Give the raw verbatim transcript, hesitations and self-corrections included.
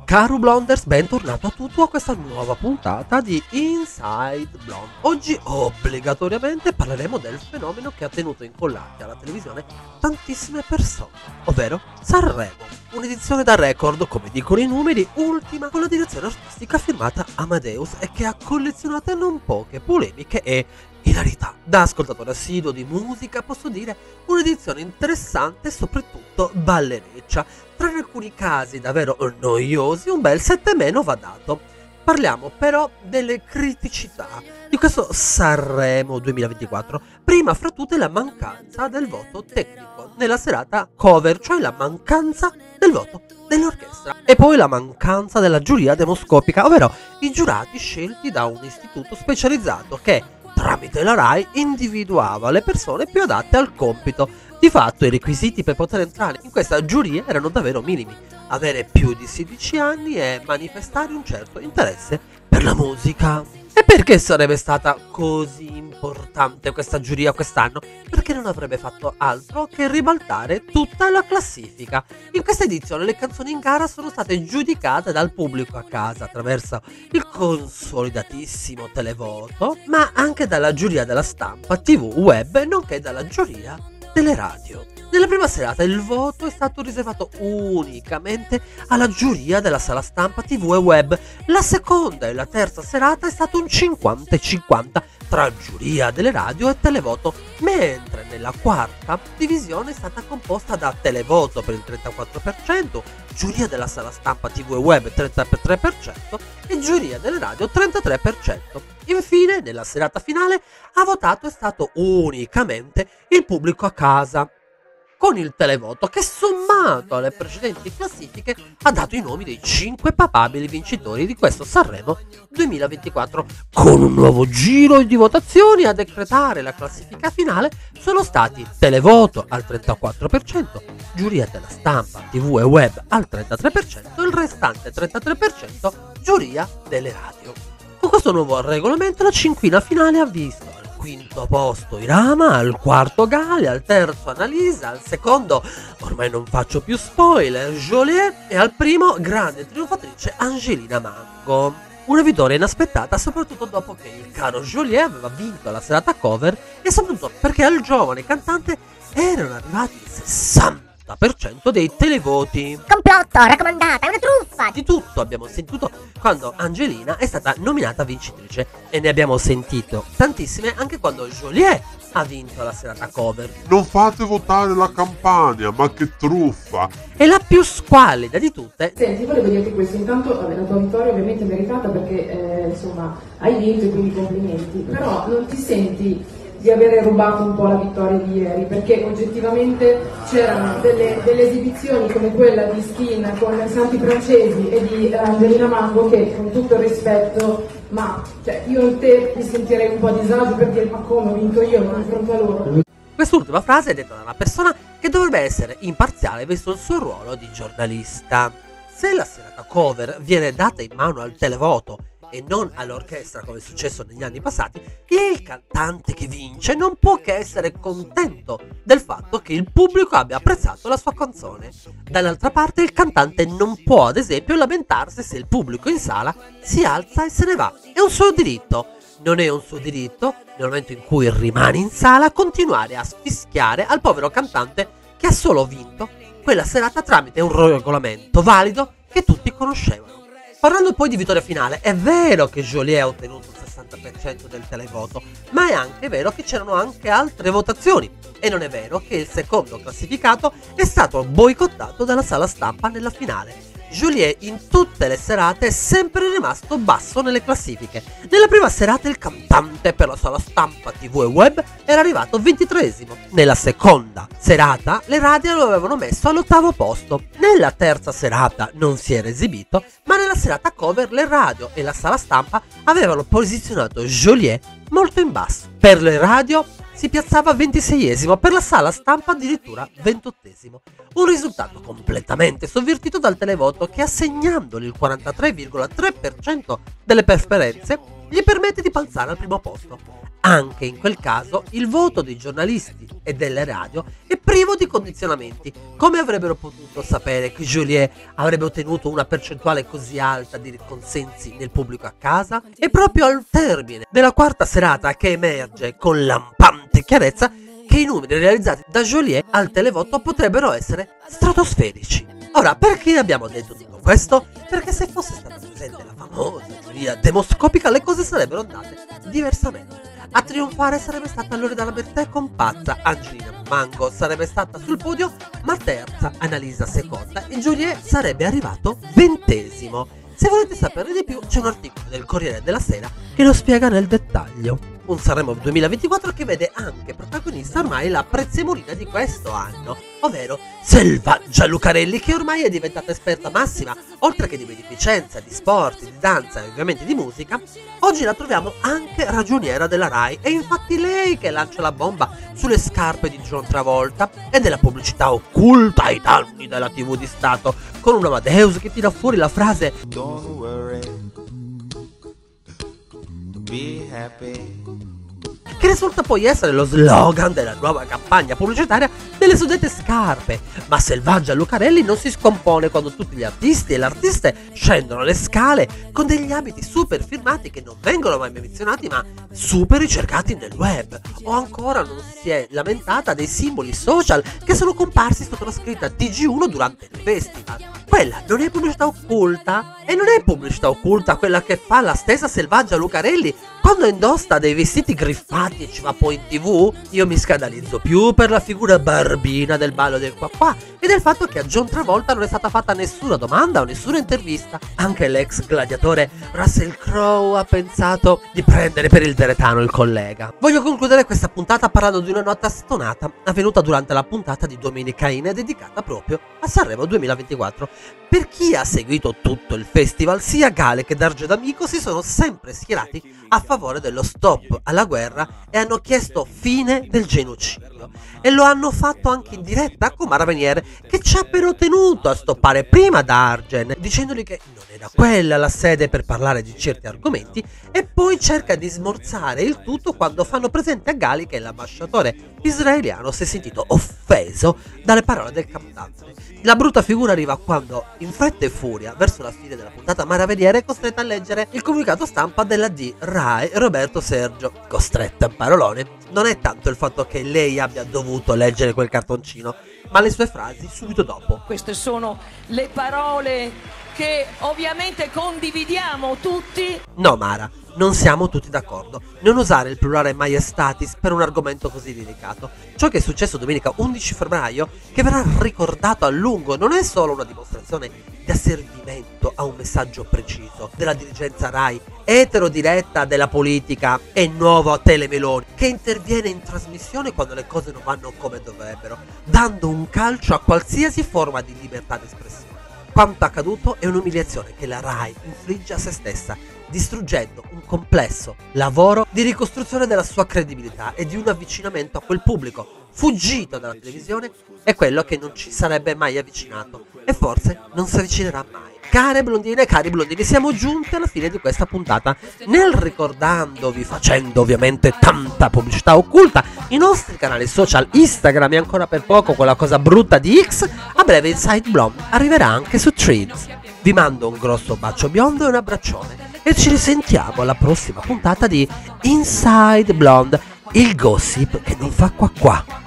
Caro Blonders, bentornato a tutti a questa nuova puntata di Inside Blonde. Oggi obbligatoriamente parleremo del fenomeno che ha tenuto incollati alla televisione tantissime persone, ovvero Sanremo. Un'edizione da record, come dicono i numeri, ultima con la direzione artistica firmata Amadeus e che ha collezionato non poche polemiche e ilarità. Da ascoltatore assiduo di musica posso dire un'edizione interessante e soprattutto ballereccia. Tra alcuni casi davvero noiosi un bel sette meno va dato. Parliamo però delle criticità di questo Sanremo duemilaventiquattro. Prima fra tutte la mancanza del voto tecnico nella serata cover, cioè la mancanza del voto dell'orchestra. E poi la mancanza della giuria demoscopica, ovvero i giurati scelti da un istituto specializzato che tramite la RAI individuava le persone più adatte al compito. Di fatto i requisiti per poter entrare in questa giuria erano davvero minimi: avere più di sedici anni e manifestare un certo interesse per la musica. E perché sarebbe stata così importante questa giuria quest'anno? Perché non avrebbe fatto altro che ribaltare tutta la classifica. In questa edizione le canzoni in gara sono state giudicate dal pubblico a casa attraverso il consolidatissimo televoto, ma anche dalla giuria della stampa, tivù, web, nonché dalla giuria delle radio. Nella prima serata il voto è stato riservato unicamente alla giuria della sala stampa, tivù e web. La seconda e la terza serata è stato un cinquanta e cinquanta tra giuria delle radio e televoto, mentre nella quarta divisione è stata composta da televoto per il trentaquattro per cento, giuria della sala stampa, tivù e web trentatré per cento e giuria delle radio trentatré per cento. Infine, nella serata finale, a votato è stato unicamente il pubblico a casa, con il televoto che, sommato alle precedenti classifiche, ha dato i nomi dei cinque papabili vincitori di questo Sanremo duemilaventiquattro. Con un nuovo giro di votazioni a decretare la classifica finale sono stati televoto al trentaquattro per cento, giuria della stampa, tivù e web al trentatré per cento e il restante trentatré per cento giuria delle radio. Con questo nuovo regolamento la cinquina finale ha visto al quinto posto Irama, al quarto Gali, al terzo Annalisa, al secondo, ormai non faccio più spoiler, Joliet e al primo grande trionfatrice Angelina Mango. Una vittoria inaspettata soprattutto dopo che il caro Joliet aveva vinto la serata cover e soprattutto perché al giovane cantante erano arrivati il sessanta per cento dei televoti. Complotto, raccomandata, è una truffa! Di tutto abbiamo sentito quando Angelina è stata nominata vincitrice e ne abbiamo sentito tantissime anche quando Joliet ha vinto la serata cover. Non fate votare la Campania, ma che truffa! E la più squallida di tutte. Senti, volevo dirti questo, intanto vabbè, la tua vittoria ovviamente è meritata perché eh, insomma hai vinto e quindi complimenti, però non ti senti di avere rubato un po' la vittoria di ieri, perché oggettivamente c'erano delle, delle esibizioni come quella di Skin con Santi Francesi e di eh, Angelina Mango che, con tutto il rispetto, ma cioè, io in te mi sentirei un po' a disagio per dire ma come ho vinto io in confronto a loro. Quest'ultima frase è detta da una persona che dovrebbe essere imparziale visto il suo ruolo di giornalista. Se la serata cover viene data in mano al televoto e non all'orchestra come è successo negli anni passati, il cantante che vince non può che essere contento del fatto che il pubblico abbia apprezzato la sua canzone. Dall'altra parte il cantante non può ad esempio lamentarsi se il pubblico in sala si alza e se ne va. È un suo diritto. Non è un suo diritto, nel momento in cui rimane in sala, continuare a fischiare al povero cantante che ha solo vinto quella serata tramite un regolamento valido che tutti conoscevano. Parlando poi di vittoria finale, è vero che Joliet ha ottenuto il sessanta per cento del televoto, ma è anche vero che c'erano anche altre votazioni. E non è vero che il secondo classificato è stato boicottato dalla sala stampa nella finale. Joliet in tutte le serate è sempre rimasto basso nelle classifiche. Nella prima serata il cantante per la sala stampa, tivù e web era arrivato ventitreesimo. Nella seconda serata le radio lo avevano messo all'ottavo posto. Nella terza serata non si era esibito, ma nella serata cover le radio e la sala stampa avevano posizionato Joliet molto in basso. Per le radio si piazzava ventiseiesimo, per la sala stampa addirittura ventottesimo. Un risultato completamente sovvertito dal televoto che, assegnandogli il quarantatré virgola tre per cento delle preferenze, gli permette di balzare al primo posto. anche in quel caso il voto dei giornalisti e delle radio è privo di condizionamenti. Come avrebbero potuto sapere che Juliet avrebbe ottenuto una percentuale così alta di consensi nel pubblico a casa? È proprio al termine della quarta serata che emerge con lampante chiarezza che i numeri realizzati da Joliet al televoto potrebbero essere stratosferici. Ora, perché abbiamo detto tutto questo? Perché se fosse stata presente la famosa giuria demoscopica le cose sarebbero andate diversamente. A trionfare sarebbe stata Loredana Bertè con Pazza, Angelina Mango sarebbe stata sul podio ma terza, Annalisa seconda e Joliet sarebbe arrivato ventesimo. Se volete saperne di più c'è un articolo del Corriere della Sera che lo spiega nel dettaglio. Un Sanremo duemilaventiquattro che vede anche protagonista ormai la prezzemolina di questo anno, ovvero Selvaggia Lucarelli, che ormai è diventata esperta massima, oltre che di beneficenza, di sport, di danza e ovviamente di musica. Oggi la troviamo anche ragioniera della Rai, e infatti lei che lancia la bomba sulle scarpe di John Travolta e della pubblicità occulta ai danni della tivù di Stato, con un Amadeus che tira fuori la frase Don't worry, be happy. che risulta poi essere lo slogan della nuova campagna pubblicitaria delle suddette scarpe. Ma Selvaggia Lucarelli non si scompone quando tutti gli artisti e le artiste scendono le scale con degli abiti super firmati che non vengono mai menzionati ma super ricercati nel web. O ancora non si è lamentata dei simboli social che sono comparsi sotto la scritta T G uno durante il festival. Quella non è pubblicità occulta? E non è pubblicità occulta quella che fa la stessa Selvaggia Lucarelli quando indossa dei vestiti griffati e ci va poi in tv? Io mi scandalizzo più per la figura barbina del ballo del qua qua e del fatto che a John Travolta non è stata fatta nessuna domanda o nessuna intervista. Anche l'ex gladiatore Russell Crowe ha pensato di prendere per il deretano il collega. Voglio concludere questa puntata parlando di una nota stonata avvenuta durante la puntata di Domenica In dedicata proprio a Sanremo duemilaventiquattro. Per chi ha seguito tutto il festival, sia Gale che Darge D'Amico si sono sempre schierati a favore dello stop alla guerra e hanno chiesto fine del genocidio. E lo hanno fatto anche in diretta con Mara Venier, che ci ha però tenuto a stoppare prima Dargen, dicendogli che non era quella la sede per parlare di certi argomenti, e poi cerca di smorzare il tutto quando fanno presente a Gali che l'ambasciatore israeliano si è sentito offeso dalle parole del cantante. La brutta figura arriva quando, in fretta e furia, verso la fine della puntata, Mara Venier è costretta a leggere il comunicato stampa della D Rai Roberto Sergio. Costretta, parolone. Non è tanto il fatto che lei abbia dovuto leggere quel cartoncino, ma le sue frasi subito dopo. Queste sono le parole che ovviamente condividiamo tutti. No Mara, non siamo tutti d'accordo. Non usare il plurale maiestatis per un argomento così delicato. Ciò che è successo domenica undici febbraio, che verrà ricordato a lungo, non è solo una dimostrazione di asservimento a un messaggio preciso della dirigenza Rai, eterodiretta della politica e nuovo Telemeloni, che interviene in trasmissione quando le cose non vanno come dovrebbero, dando un calcio a qualsiasi forma di libertà d'espressione. Quanto accaduto è un'umiliazione che la Rai infligge a se stessa, distruggendo un complesso lavoro di ricostruzione della sua credibilità e di un avvicinamento a quel pubblico fuggito dalla televisione e quello che non ci sarebbe mai avvicinato e forse non si avvicinerà mai. Care blondine e cari blondini, siamo giunti alla fine di questa puntata. Nel ricordandovi, facendo ovviamente tanta pubblicità occulta, i nostri canali social Instagram e ancora per poco quella cosa brutta di X, a breve Inside Blonde arriverà anche su Threads. Vi mando un grosso bacio biondo e un abbraccione e ci risentiamo alla prossima puntata di Inside Blonde, il gossip che non fa qua qua.